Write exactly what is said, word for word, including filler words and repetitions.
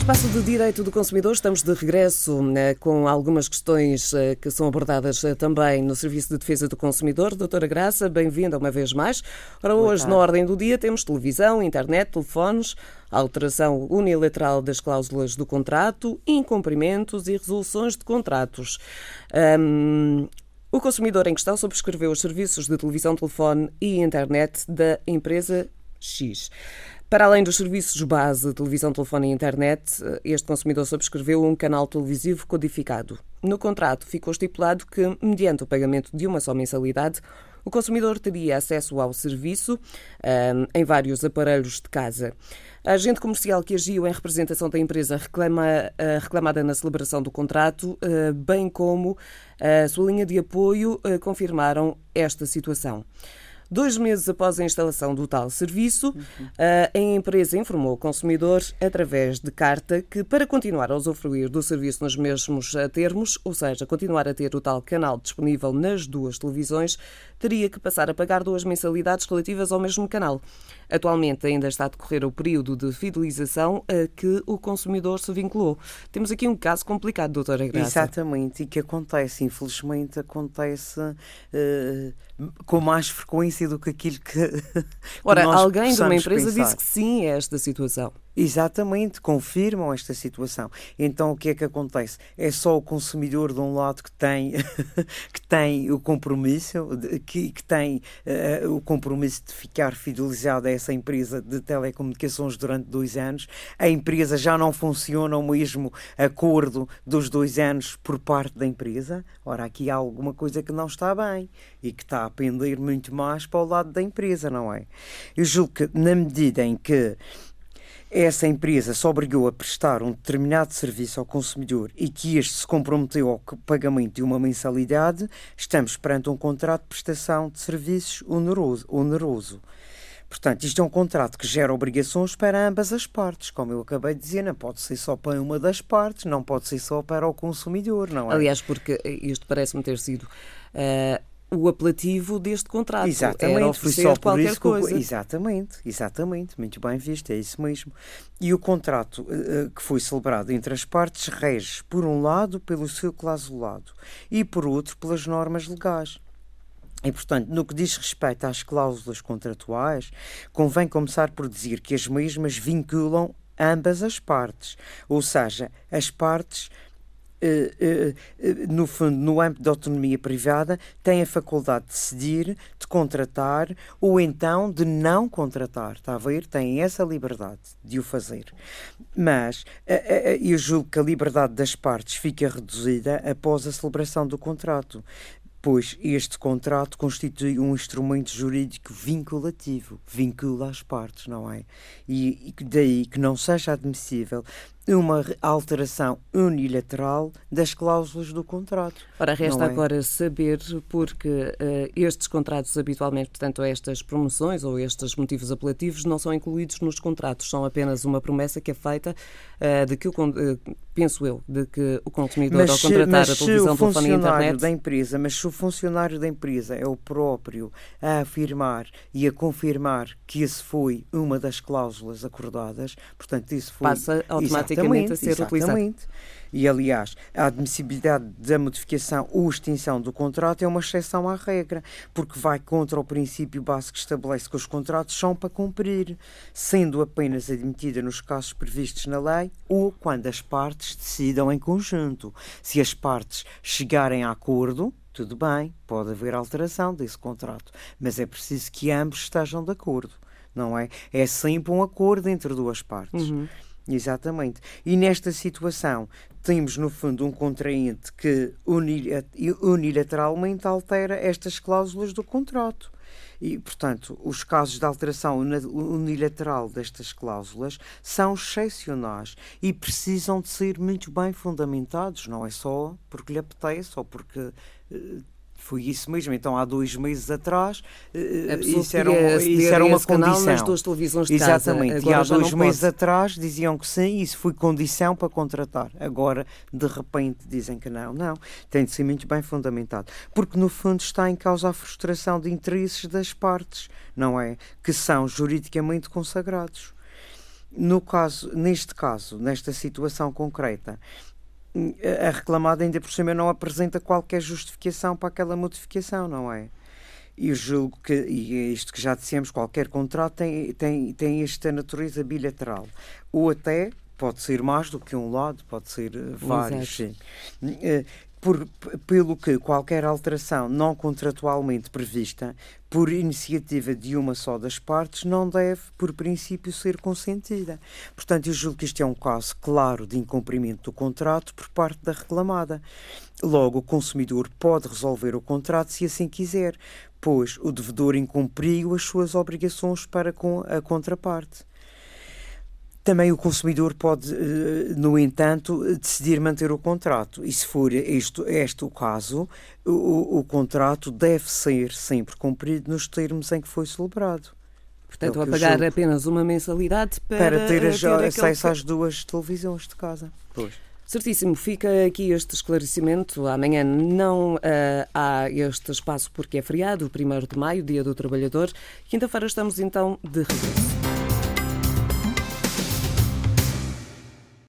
Espaço de Direito do Consumidor, estamos de regresso né, com algumas questões uh, que são abordadas uh, também no Serviço de Defesa do Consumidor. Doutora Graça, bem-vinda uma vez mais. Ora, hoje, na ordem do dia, temos televisão, internet, telefones, alteração unilateral das cláusulas do contrato, incumprimentos e resoluções de contratos. Um, o consumidor em questão subscreveu os serviços de televisão, telefone e internet da empresa X. Para além dos serviços base, televisão, telefone e internet, este consumidor subscreveu um canal televisivo codificado. No contrato ficou estipulado que, mediante o pagamento de uma só mensalidade, o consumidor teria acesso ao serviço um, em vários aparelhos de casa. A agente comercial que agiu em representação da empresa reclama, uh, reclamada na celebração do contrato, uh, bem como a sua linha de apoio, uh, confirmaram esta situação. Dois meses após a instalação do tal serviço, uhum. a empresa informou o consumidor, através de carta, que para continuar a usufruir do serviço nos mesmos termos, ou seja, continuar a ter o tal canal disponível nas duas televisões, teria que passar a pagar duas mensalidades relativas ao mesmo canal. Atualmente ainda está a decorrer o período de fidelização a que o consumidor se vinculou. Temos aqui um caso complicado, doutora Graça. Exatamente, e que acontece, infelizmente, acontece uh, com mais frequência do que aquilo que, que Ora, nós alguém de uma empresa pensar. disse que sim a esta situação. Exatamente, confirmam esta situação. Então, o que é que acontece? É só o consumidor, de um lado, que tem, que tem o compromisso, que, que tem uh, o compromisso de ficar fidelizado a essa empresa de telecomunicações durante dois anos. A empresa já não funciona o mesmo acordo dos dois anos por parte da empresa. Ora, aqui há alguma coisa que não está bem e que está a pender muito mais para o lado da empresa, não é? Eu julgo que, na medida em que essa empresa se obrigou a prestar um determinado serviço ao consumidor e que este se comprometeu ao pagamento de uma mensalidade, estamos perante um contrato de prestação de serviços oneroso. oneroso. Portanto, isto é um contrato que gera obrigações para ambas as partes, como eu acabei de dizer, não pode ser só para uma das partes, não pode ser só para o consumidor, não é? Aliás, porque isto parece-me ter sido Uh... o apelativo deste contrato. Exatamente, era foi oferecer só por qualquer isso que coisa. Eu, exatamente, exatamente, muito bem visto, é isso mesmo. E o contrato uh, que foi celebrado entre as partes rege, por um lado, pelo seu clausulado e, por outro, pelas normas legais. E, portanto, no que diz respeito às cláusulas contratuais, convém começar por dizer que as mesmas vinculam ambas as partes, ou seja, as partes Uh, uh, uh, no fundo, no âmbito da autonomia privada, tem a faculdade de decidir, de contratar ou então de não contratar, está a ver? Tem essa liberdade de o fazer. Mas uh, uh, eu julgo que a liberdade das partes fica reduzida após a celebração do contrato, pois este contrato constitui um instrumento jurídico vinculativo, vincula as partes, não é? E, e daí que não seja admissível uma alteração unilateral das cláusulas do contrato. Ora, resta é? agora saber, porque uh, estes contratos habitualmente, portanto, estas promoções ou estes motivos apelativos não são incluídos nos contratos, são apenas uma promessa que é feita uh, de que, o, uh, penso eu, de que o consumidor, mas ao contratar se, a televisão, telefone e internet... Da empresa, mas se o funcionário da empresa é o próprio a afirmar e a confirmar que esse foi uma das cláusulas acordadas, portanto, isso foi... Passa automaticamente Exatamente, a ser exatamente. utilizado. E, aliás, a admissibilidade da modificação ou extinção do contrato é uma exceção à regra, porque vai contra o princípio básico que estabelece que os contratos são para cumprir, sendo apenas admitida nos casos previstos na lei ou quando as partes decidam em conjunto. Se as partes chegarem a acordo, tudo bem, pode haver alteração desse contrato, mas é preciso que ambos estejam de acordo, não é? É sempre um acordo entre duas partes. Uhum. Exatamente. E nesta situação temos, no fundo, um contraente que unilateralmente altera estas cláusulas do contrato. E, portanto, os casos de alteração unilateral destas cláusulas são excepcionais e precisam de ser muito bem fundamentados, não é só porque lhe apetece ou porque... Foi isso mesmo. Então, há dois meses atrás, isso era, um, isso era uma condição. Nas duas televisões de Exatamente. casa. E há Agora dois meses atrás diziam que sim, isso foi condição para contratar. Agora, de repente, dizem que não. Não. Tem de ser muito bem fundamentado. Porque, no fundo, está em causa a frustração de interesses das partes, não é? Que são juridicamente consagrados. No caso, neste caso, nesta situação concreta, a reclamada ainda por cima não apresenta qualquer justificação para aquela modificação, não é? E eu julgo que, e é isto que já dissemos, qualquer contrato tem, tem, tem esta natureza bilateral. Ou até pode ser mais do que um lado, pode ser vários. Sim. Por, pelo que qualquer alteração não contratualmente prevista, por iniciativa de uma só das partes, não deve, por princípio, ser consentida. Portanto, eu julgo que isto é um caso claro de incumprimento do contrato por parte da reclamada. Logo, o consumidor pode resolver o contrato se assim quiser, pois o devedor incumpriu as suas obrigações para com a contraparte. Também o consumidor pode, no entanto, decidir manter o contrato. E se for este, este o caso, o, o contrato deve ser sempre cumprido nos termos em que foi celebrado. Portanto, é a pagar apenas uma mensalidade para, para ter, ter acesso aquele... às duas televisões de casa. Pois. Certíssimo, fica aqui este esclarecimento. Amanhã não uh, há este espaço porque é feriado, o primeiro de maio, Dia do Trabalhador. Quinta-feira estamos então de regresso.